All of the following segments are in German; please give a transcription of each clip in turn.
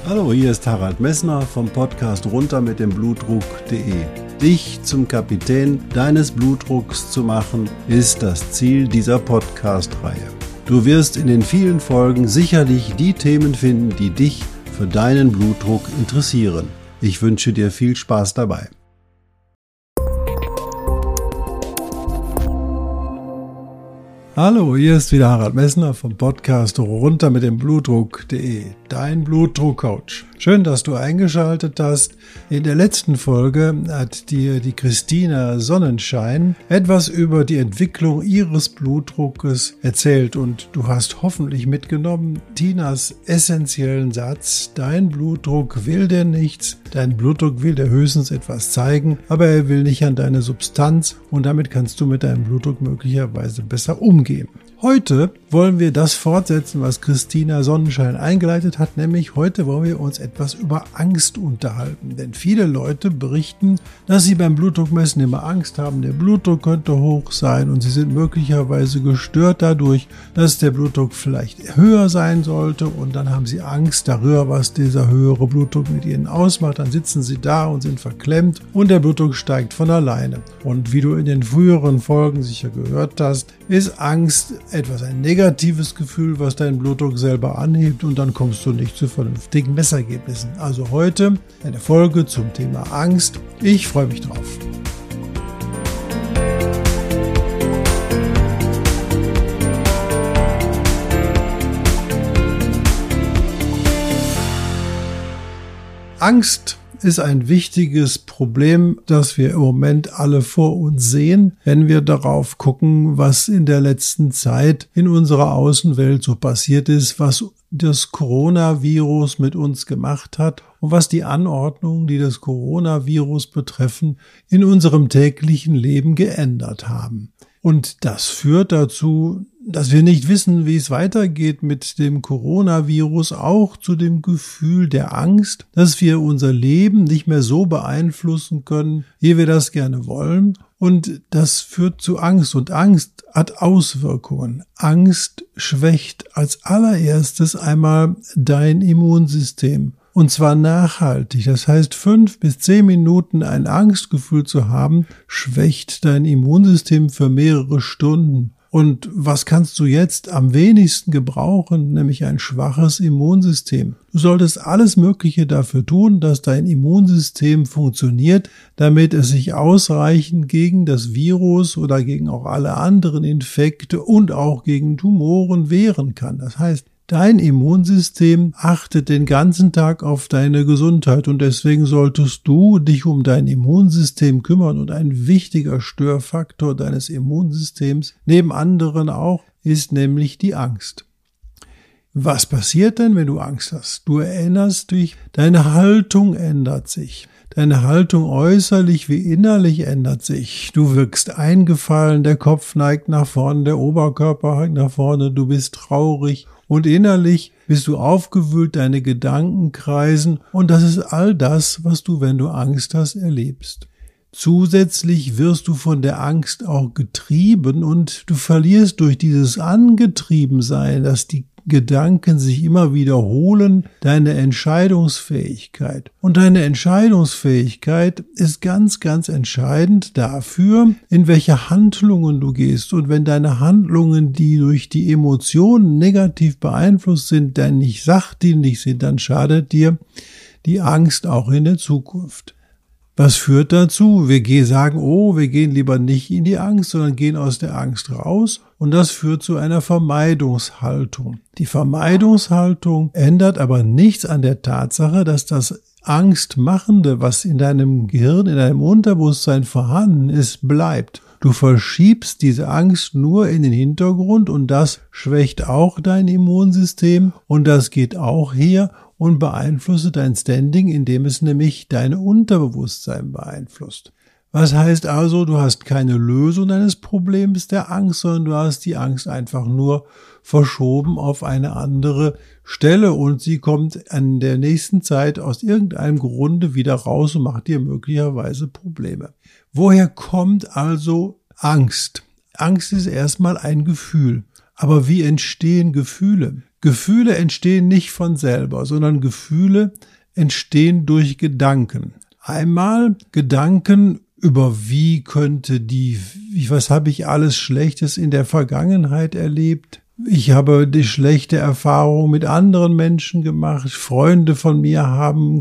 Hallo, hier ist Harald Messner vom Podcast runter mit dem Blutdruck.de. Dich zum Kapitän deines Blutdrucks zu machen, ist das Ziel dieser Podcast-Reihe. Du wirst in den vielen Folgen sicherlich die Themen finden, die dich für deinen Blutdruck interessieren. Ich wünsche dir viel Spaß dabei. Hallo, hier ist wieder Harald Messner vom Podcast runter mit dem Blutdruck.de, dein Blutdruckcoach. Schön, dass du eingeschaltet hast. In der letzten Folge hat dir die Christina Sonnenschein etwas über die Entwicklung ihres Blutdruckes erzählt und du hast hoffentlich mitgenommen Tinas essentiellen Satz: Dein Blutdruck will dir nichts, dein Blutdruck will dir höchstens etwas zeigen, aber er will nicht an deine Substanz und damit kannst du mit deinem Blutdruck möglicherweise besser umgehen. Heute wollen wir das fortsetzen, was Christina Sonnenschein eingeleitet hat, nämlich heute wollen wir uns etwas über Angst unterhalten. Denn viele Leute berichten, dass sie beim Blutdruckmessen immer Angst haben, der Blutdruck könnte hoch sein und sie sind möglicherweise gestört dadurch, dass der Blutdruck vielleicht höher sein sollte und dann haben sie Angst darüber, was dieser höhere Blutdruck mit ihnen ausmacht. Dann sitzen sie da und sind verklemmt und der Blutdruck steigt von alleine. Und wie du in den früheren Folgen sicher gehört hast, ist Angst ein negatives Gefühl, was deinen Blutdruck selber anhebt und dann kommst du nicht zu vernünftigen Messergebnissen. Also heute eine Folge zum Thema Angst. Ich freue mich drauf. Angst ist ein wichtiges Problem, das wir im Moment alle vor uns sehen, wenn wir darauf gucken, was in der letzten Zeit in unserer Außenwelt so passiert ist, was das Coronavirus mit uns gemacht hat und was die Anordnungen, die das Coronavirus betreffen, in unserem täglichen Leben geändert haben. Und das führt dazu, dass wir nicht wissen, wie es weitergeht mit dem Coronavirus, auch zu dem Gefühl der Angst, dass wir unser Leben nicht mehr so beeinflussen können, wie wir das gerne wollen. Und das führt zu Angst und Angst hat Auswirkungen. Angst schwächt als allererstes einmal dein Immunsystem. Und zwar nachhaltig. Das heißt, 5 bis 10 Minuten ein Angstgefühl zu haben, schwächt dein Immunsystem für mehrere Stunden. Und was kannst du jetzt am wenigsten gebrauchen, nämlich ein schwaches Immunsystem? Du solltest alles Mögliche dafür tun, dass dein Immunsystem funktioniert, damit es sich ausreichend gegen das Virus oder gegen auch alle anderen Infekte und auch gegen Tumoren wehren kann. Das heißt, dein Immunsystem achtet den ganzen Tag auf deine Gesundheit und deswegen solltest du dich um dein Immunsystem kümmern und ein wichtiger Störfaktor deines Immunsystems, neben anderen auch, ist nämlich die Angst. Was passiert denn, wenn du Angst hast? Du erinnerst dich, deine Haltung ändert sich. Deine Haltung äußerlich wie innerlich ändert sich. Du wirkst eingefallen, der Kopf neigt nach vorne, der Oberkörper neigt nach vorne, du bist traurig. Und innerlich bist du aufgewühlt, deine Gedanken kreisen und das ist all das, was du, wenn du Angst hast, erlebst. Zusätzlich wirst du von der Angst auch getrieben und du verlierst durch dieses Angetriebensein, dass die Gedanken sich immer wiederholen, deine Entscheidungsfähigkeit. Und deine Entscheidungsfähigkeit ist ganz, ganz entscheidend dafür, in welche Handlungen du gehst. Und wenn deine Handlungen, die durch die Emotionen negativ beeinflusst sind, dann nicht sachdienlich sind, dann schadet dir die Angst auch in der Zukunft. Was führt dazu? Wir sagen, wir gehen lieber nicht in die Angst, sondern gehen aus der Angst raus. Und das führt zu einer Vermeidungshaltung. Die Vermeidungshaltung ändert aber nichts an der Tatsache, dass das Angstmachende, was in deinem Gehirn, in deinem Unterbewusstsein vorhanden ist, bleibt. Du verschiebst diese Angst nur in den Hintergrund und das schwächt auch dein Immunsystem und das geht auch her und beeinflusst dein Standing, indem es nämlich dein Unterbewusstsein beeinflusst. Was heißt also, du hast keine Lösung deines Problems der Angst, sondern du hast die Angst einfach nur verschoben auf eine andere Stelle und sie kommt in der nächsten Zeit aus irgendeinem Grunde wieder raus und macht dir möglicherweise Probleme. Woher kommt also Angst? Angst ist erstmal ein Gefühl. Aber wie entstehen Gefühle? Gefühle entstehen nicht von selber, sondern Gefühle entstehen durch Gedanken. Einmal Gedanken über was habe ich alles Schlechtes in der Vergangenheit erlebt? Ich habe die schlechte Erfahrung mit anderen Menschen gemacht. Freunde von mir haben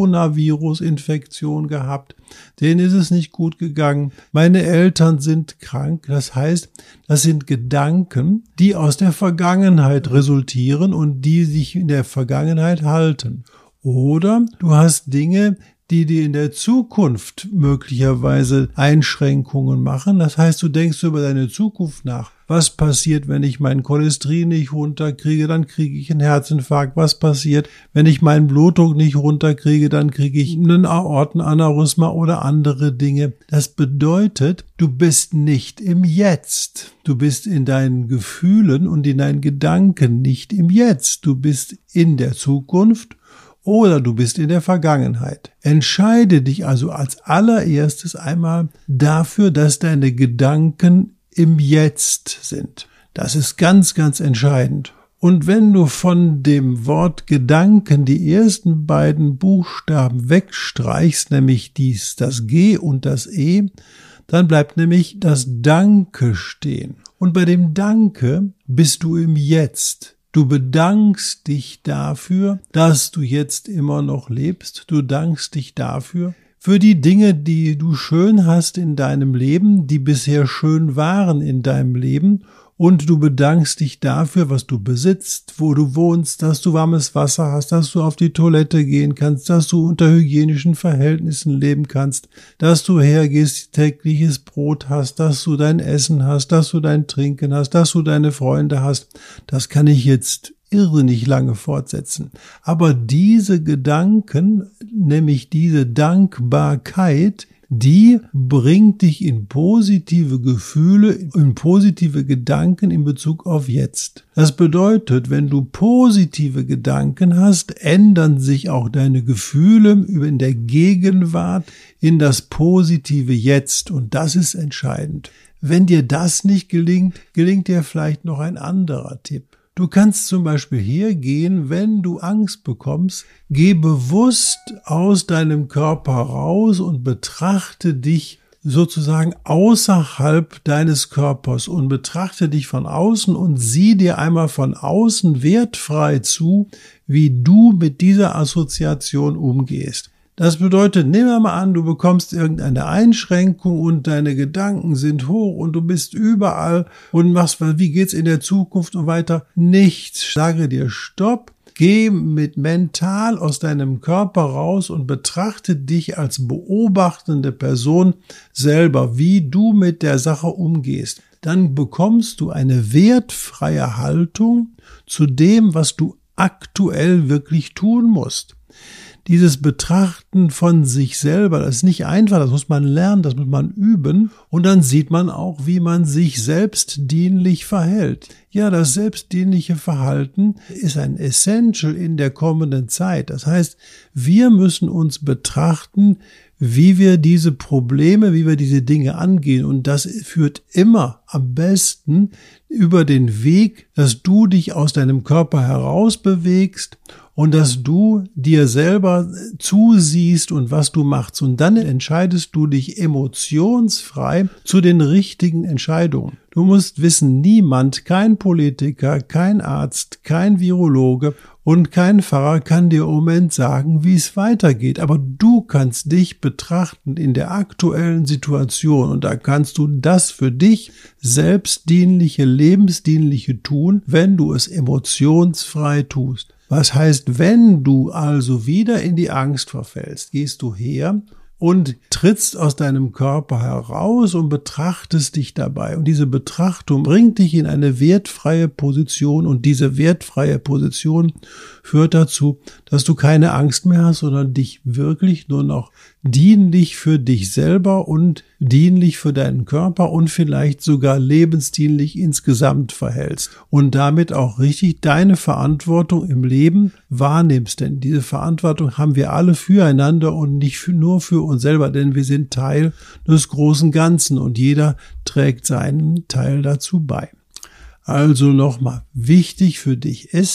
Coronavirus-Infektion gehabt. Denen ist es nicht gut gegangen. Meine Eltern sind krank. Das heißt, das sind Gedanken, die aus der Vergangenheit resultieren und die sich in der Vergangenheit halten. Oder du hast Dinge, die dir in der Zukunft möglicherweise Einschränkungen machen. Das heißt, du denkst über deine Zukunft nach. Was passiert, wenn ich mein Cholesterin nicht runterkriege? Dann kriege ich einen Herzinfarkt. Was passiert, wenn ich meinen Blutdruck nicht runterkriege? Dann kriege ich einen Aortenaneurysma oder andere Dinge. Das bedeutet, du bist nicht im Jetzt. Du bist in deinen Gefühlen und in deinen Gedanken nicht im Jetzt. Du bist in der Zukunft oder du bist in der Vergangenheit. Entscheide dich also als allererstes einmal dafür, dass deine Gedanken im Jetzt sind. Das ist ganz, ganz entscheidend. Und wenn du von dem Wort Gedanken die ersten beiden Buchstaben wegstreichst, nämlich das G und das E, dann bleibt nämlich das Danke stehen. Und bei dem Danke bist du im Jetzt. Du bedankst dich dafür, dass du jetzt immer noch lebst. Du dankst dich dafür, für die Dinge, die du schön hast in deinem Leben, die bisher schön waren in deinem Leben. Und du bedankst dich dafür, was du besitzt, wo du wohnst, dass du warmes Wasser hast, dass du auf die Toilette gehen kannst, dass du unter hygienischen Verhältnissen leben kannst, dass du hergehst, tägliches Brot hast, dass du dein Essen hast, dass du dein Trinken hast, dass du deine Freunde hast. Das kann ich jetzt irrsinnig lange fortsetzen. Aber diese Gedanken, nämlich diese Dankbarkeit, die bringt dich in positive Gefühle, in positive Gedanken in Bezug auf jetzt. Das bedeutet, wenn du positive Gedanken hast, ändern sich auch deine Gefühle in der Gegenwart in das positive Jetzt. Und das ist entscheidend. Wenn dir das nicht gelingt, gelingt dir vielleicht noch ein anderer Tipp. Du kannst zum Beispiel hergehen, wenn du Angst bekommst, geh bewusst aus deinem Körper raus und betrachte dich sozusagen außerhalb deines Körpers und betrachte dich von außen und sieh dir einmal von außen wertfrei zu, wie du mit dieser Assoziation umgehst. Das bedeutet, nehmen wir mal an, du bekommst irgendeine Einschränkung und deine Gedanken sind hoch und du bist überall und machst, wie geht's in der Zukunft und weiter? Nichts. Sage dir Stopp. Geh mit mental aus deinem Körper raus und betrachte dich als beobachtende Person selber, wie du mit der Sache umgehst. Dann bekommst du eine wertfreie Haltung zu dem, was du aktuell wirklich tun musst. Dieses Betrachten von sich selber, das ist nicht einfach, das muss man lernen, das muss man üben und dann sieht man auch, wie man sich selbstdienlich verhält. Ja, das selbstdienliche Verhalten ist ein Essential in der kommenden Zeit. Das heißt, wir müssen uns betrachten, wie wir diese Probleme, wie wir diese Dinge angehen. Und das führt immer am besten über den Weg, dass du dich aus deinem Körper heraus bewegst und dass du dir selber zusiehst und was du machst. Und dann entscheidest du dich emotionsfrei zu den richtigen Entscheidungen. Du musst wissen, niemand, kein Politiker, kein Arzt, kein Virologe und kein Pfarrer kann dir im Moment sagen, wie es weitergeht. Aber du kannst dich betrachten in der aktuellen Situation und da kannst du das für dich selbstdienliche, lebensdienliche tun, wenn du es emotionsfrei tust. Was heißt, wenn du also wieder in die Angst verfällst, gehst du her und trittst aus deinem Körper heraus und betrachtest dich dabei. Und diese Betrachtung bringt dich in eine wertfreie Position und diese wertfreie Position führt dazu, dass du keine Angst mehr hast, sondern dich wirklich nur noch dienlich für dich selber und dienlich für deinen Körper und vielleicht sogar lebensdienlich insgesamt verhältst und damit auch richtig deine Verantwortung im Leben wahrnimmst. Denn diese Verantwortung haben wir alle füreinander und nicht nur für uns selber, denn wir sind Teil des großen Ganzen und jeder trägt seinen Teil dazu bei. Also nochmal, wichtig für dich ist,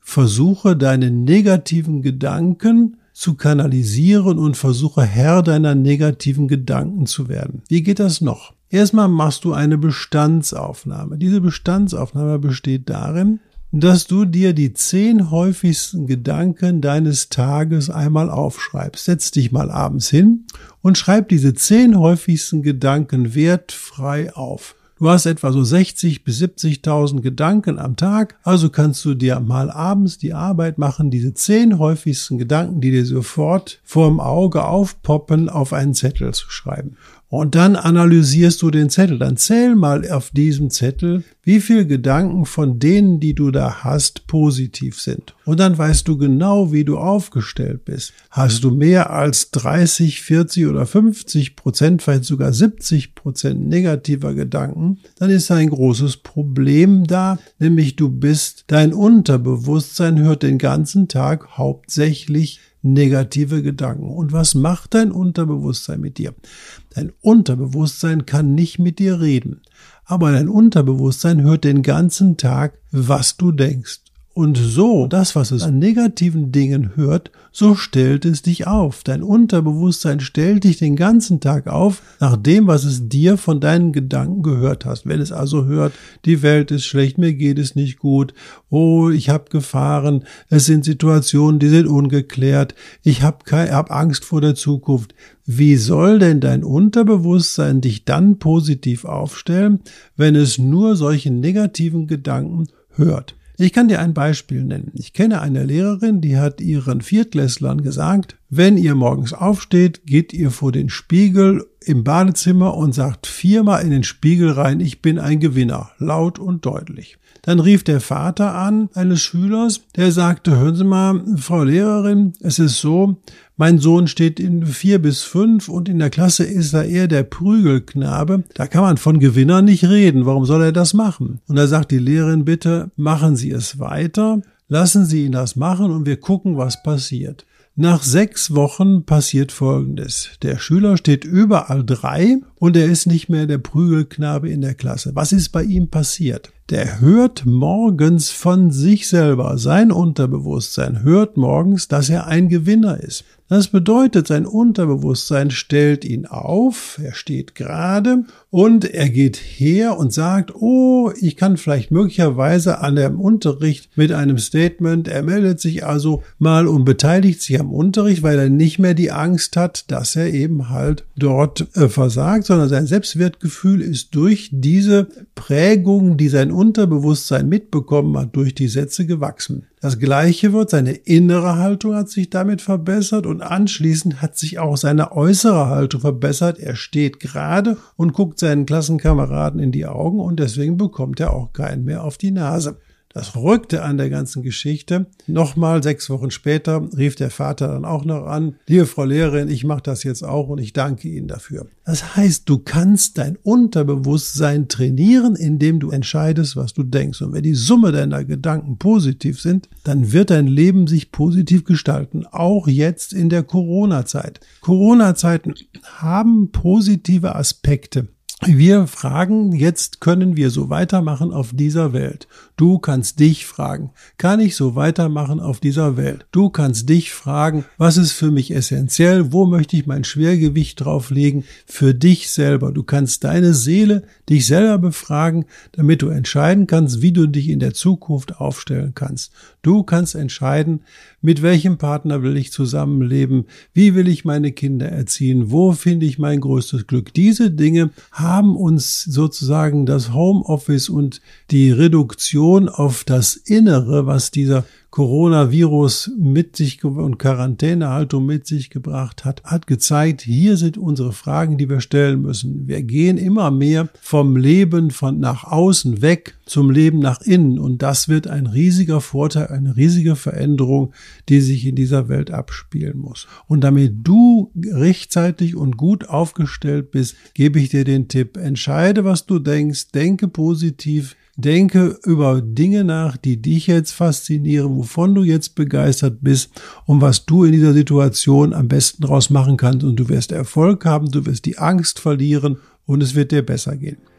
versuche deine negativen Gedanken zu kanalisieren und versuche Herr deiner negativen Gedanken zu werden. Wie geht das noch? Erstmal machst du eine Bestandsaufnahme. Diese Bestandsaufnahme besteht darin, dass du dir die 10 häufigsten Gedanken deines Tages einmal aufschreibst. Setz dich mal abends hin und schreib diese 10 häufigsten Gedanken wertfrei auf. Du hast etwa so 60.000 bis 70.000 Gedanken am Tag, also kannst du dir mal abends die Arbeit machen, diese 10 häufigsten Gedanken, die dir sofort vorm Auge aufpoppen, auf einen Zettel zu schreiben. Und dann analysierst du den Zettel. Dann zähl mal auf diesem Zettel, wie viele Gedanken von denen, die du da hast, positiv sind. Und dann weißt du genau, wie du aufgestellt bist. Hast du mehr als 30, 40 oder 50%, vielleicht sogar 70% negativer Gedanken, dann ist ein großes Problem da, nämlich dein Unterbewusstsein hört den ganzen Tag hauptsächlich negative Gedanken. Und was macht dein Unterbewusstsein mit dir? Dein Unterbewusstsein kann nicht mit dir reden, aber dein Unterbewusstsein hört den ganzen Tag, was du denkst. Und so, das, was es an negativen Dingen hört, so stellt es dich auf. Dein Unterbewusstsein stellt dich den ganzen Tag auf, nach dem, was es dir von deinen Gedanken gehört hast. Wenn es also hört, die Welt ist schlecht, mir geht es nicht gut, oh, ich habe Gefahren, es sind Situationen, die sind ungeklärt, ich hab Angst vor der Zukunft. Wie soll denn dein Unterbewusstsein dich dann positiv aufstellen, wenn es nur solche negativen Gedanken hört? Ich kann dir ein Beispiel nennen. Ich kenne eine Lehrerin, die hat ihren Viertklässlern gesagt, wenn ihr morgens aufsteht, geht ihr vor den Spiegel im Badezimmer und sagt 4-mal in den Spiegel rein, ich bin ein Gewinner, laut und deutlich. Dann rief der Vater an eines Schülers, der sagte, hören Sie mal, Frau Lehrerin, es ist so, mein Sohn steht in 4 bis 5 und in der Klasse ist er eher der Prügelknabe. Da kann man von Gewinner nicht reden. Warum soll er das machen? Und da sagt die Lehrerin, bitte machen Sie es weiter, lassen Sie ihn das machen und wir gucken, was passiert. Nach 6 Wochen passiert Folgendes. Der Schüler steht überall 3 und er ist nicht mehr der Prügelknabe in der Klasse. Was ist bei ihm passiert? Der hört morgens von sich selber, sein Unterbewusstsein hört morgens, dass er ein Gewinner ist. Das bedeutet, sein Unterbewusstsein stellt ihn auf, er steht gerade und er geht her und sagt, oh, ich kann vielleicht möglicherweise an dem Unterricht mit einem Statement, er meldet sich also mal und beteiligt sich am Unterricht, weil er nicht mehr die Angst hat, dass er eben halt dort versagt, sondern sein Selbstwertgefühl ist durch diese Prägung, die sein Unterbewusstsein mitbekommen hat, durch die Sätze gewachsen. Das Gleiche wird, seine innere Haltung hat sich damit verbessert und anschließend hat sich auch seine äußere Haltung verbessert. Er steht gerade und guckt seinen Klassenkameraden in die Augen und deswegen bekommt er auch keinen mehr auf die Nase. Das Verrückte an der ganzen Geschichte, nochmal 6 Wochen später rief der Vater dann auch noch an, liebe Frau Lehrerin, ich mache das jetzt auch und ich danke Ihnen dafür. Das heißt, du kannst dein Unterbewusstsein trainieren, indem du entscheidest, was du denkst. Und wenn die Summe deiner Gedanken positiv sind, dann wird dein Leben sich positiv gestalten, auch jetzt in der Corona-Zeit. Corona-Zeiten haben positive Aspekte. Wir fragen, jetzt können wir so weitermachen auf dieser Welt. Du kannst dich fragen, kann ich so weitermachen auf dieser Welt? Du kannst dich fragen, was ist für mich essentiell? Wo möchte ich mein Schwergewicht drauflegen? Für dich selber. Du kannst deine Seele, dich selber befragen, damit du entscheiden kannst, wie du dich in der Zukunft aufstellen kannst. Du kannst entscheiden, mit welchem Partner will ich zusammenleben? Wie will ich meine Kinder erziehen? Wo finde ich mein größtes Glück? Diese Dinge haben uns sozusagen das Homeoffice und die Reduktion auf das Innere, was dieser Coronavirus mit sich und Quarantänehaltung mit sich gebracht hat gezeigt, hier sind unsere Fragen, die wir stellen müssen. Wir gehen immer mehr vom Leben von nach außen weg zum Leben nach innen und das wird ein riesiger Vorteil, eine riesige Veränderung, die sich in dieser Welt abspielen muss. Und damit du rechtzeitig und gut aufgestellt bist, gebe ich dir den Tipp, entscheide, was du denkst, denke positiv, denke über Dinge nach, die dich jetzt faszinieren, wovon du jetzt begeistert bist und was du in dieser Situation am besten draus machen kannst. Und du wirst Erfolg haben, du wirst die Angst verlieren und es wird dir besser gehen.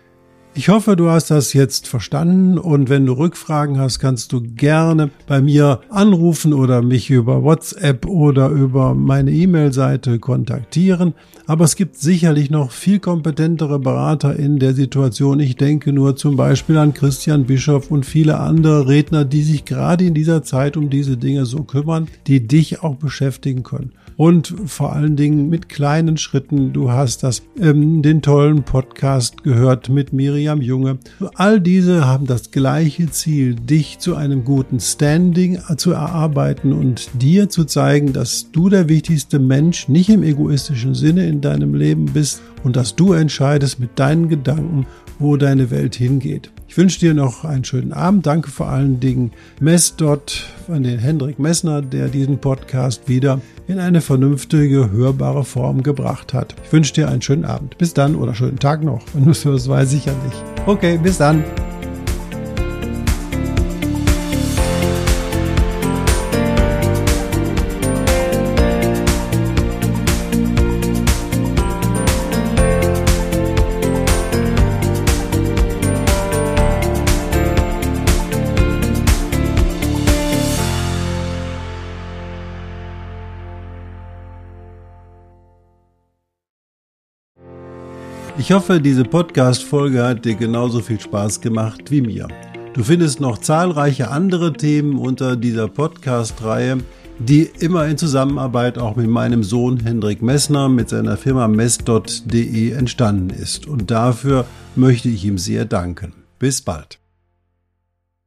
Ich hoffe, du hast das jetzt verstanden und wenn du Rückfragen hast, kannst du gerne bei mir anrufen oder mich über WhatsApp oder über meine E-Mail-Seite kontaktieren. Aber es gibt sicherlich noch viel kompetentere Berater in der Situation. Ich denke nur zum Beispiel an Christian Bischoff und viele andere Redner, die sich gerade in dieser Zeit um diese Dinge so kümmern, die dich auch beschäftigen können. Und vor allen Dingen mit kleinen Schritten. Du hast den tollen Podcast gehört mit Miriam Junge. All diese haben das gleiche Ziel, dich zu einem guten Standing zu erarbeiten und dir zu zeigen, dass du der wichtigste Mensch nicht im egoistischen Sinne in deinem Leben bist und dass du entscheidest mit deinen Gedanken, wo deine Welt hingeht. Ich wünsche dir noch einen schönen Abend. Danke vor allen Dingen Messdot an den Hendrik Messner, der diesen Podcast wieder in eine vernünftige, hörbare Form gebracht hat. Ich wünsche dir einen schönen Abend. Bis dann oder schönen Tag noch. Wenn du es hörst, weiß ich ja nicht. Okay, bis dann. Ich hoffe, diese Podcast-Folge hat dir genauso viel Spaß gemacht wie mir. Du findest noch zahlreiche andere Themen unter dieser Podcast-Reihe, die immer in Zusammenarbeit auch mit meinem Sohn Hendrik Messner mit seiner Firma Messdot.de entstanden ist. Und dafür möchte ich ihm sehr danken. Bis bald.